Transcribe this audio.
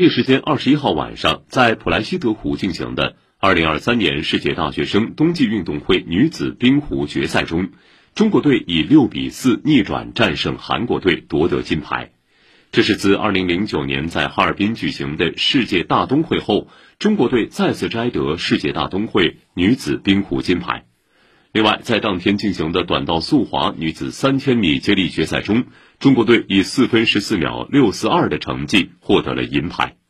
当地时间21号晚上，在普莱希德湖进行的2023年世界大学生冬季运动会女子冰壶决赛中，中国队以6-4逆转战胜韩国队，夺得金牌。这是自2009年在哈尔滨举行的世界大冬会后，中国队再次摘得世界大冬会女子冰壶金牌。另外，在当天进行的短道速滑女子3000米接力决赛中，中国队以4分14秒642的成绩获得了银牌。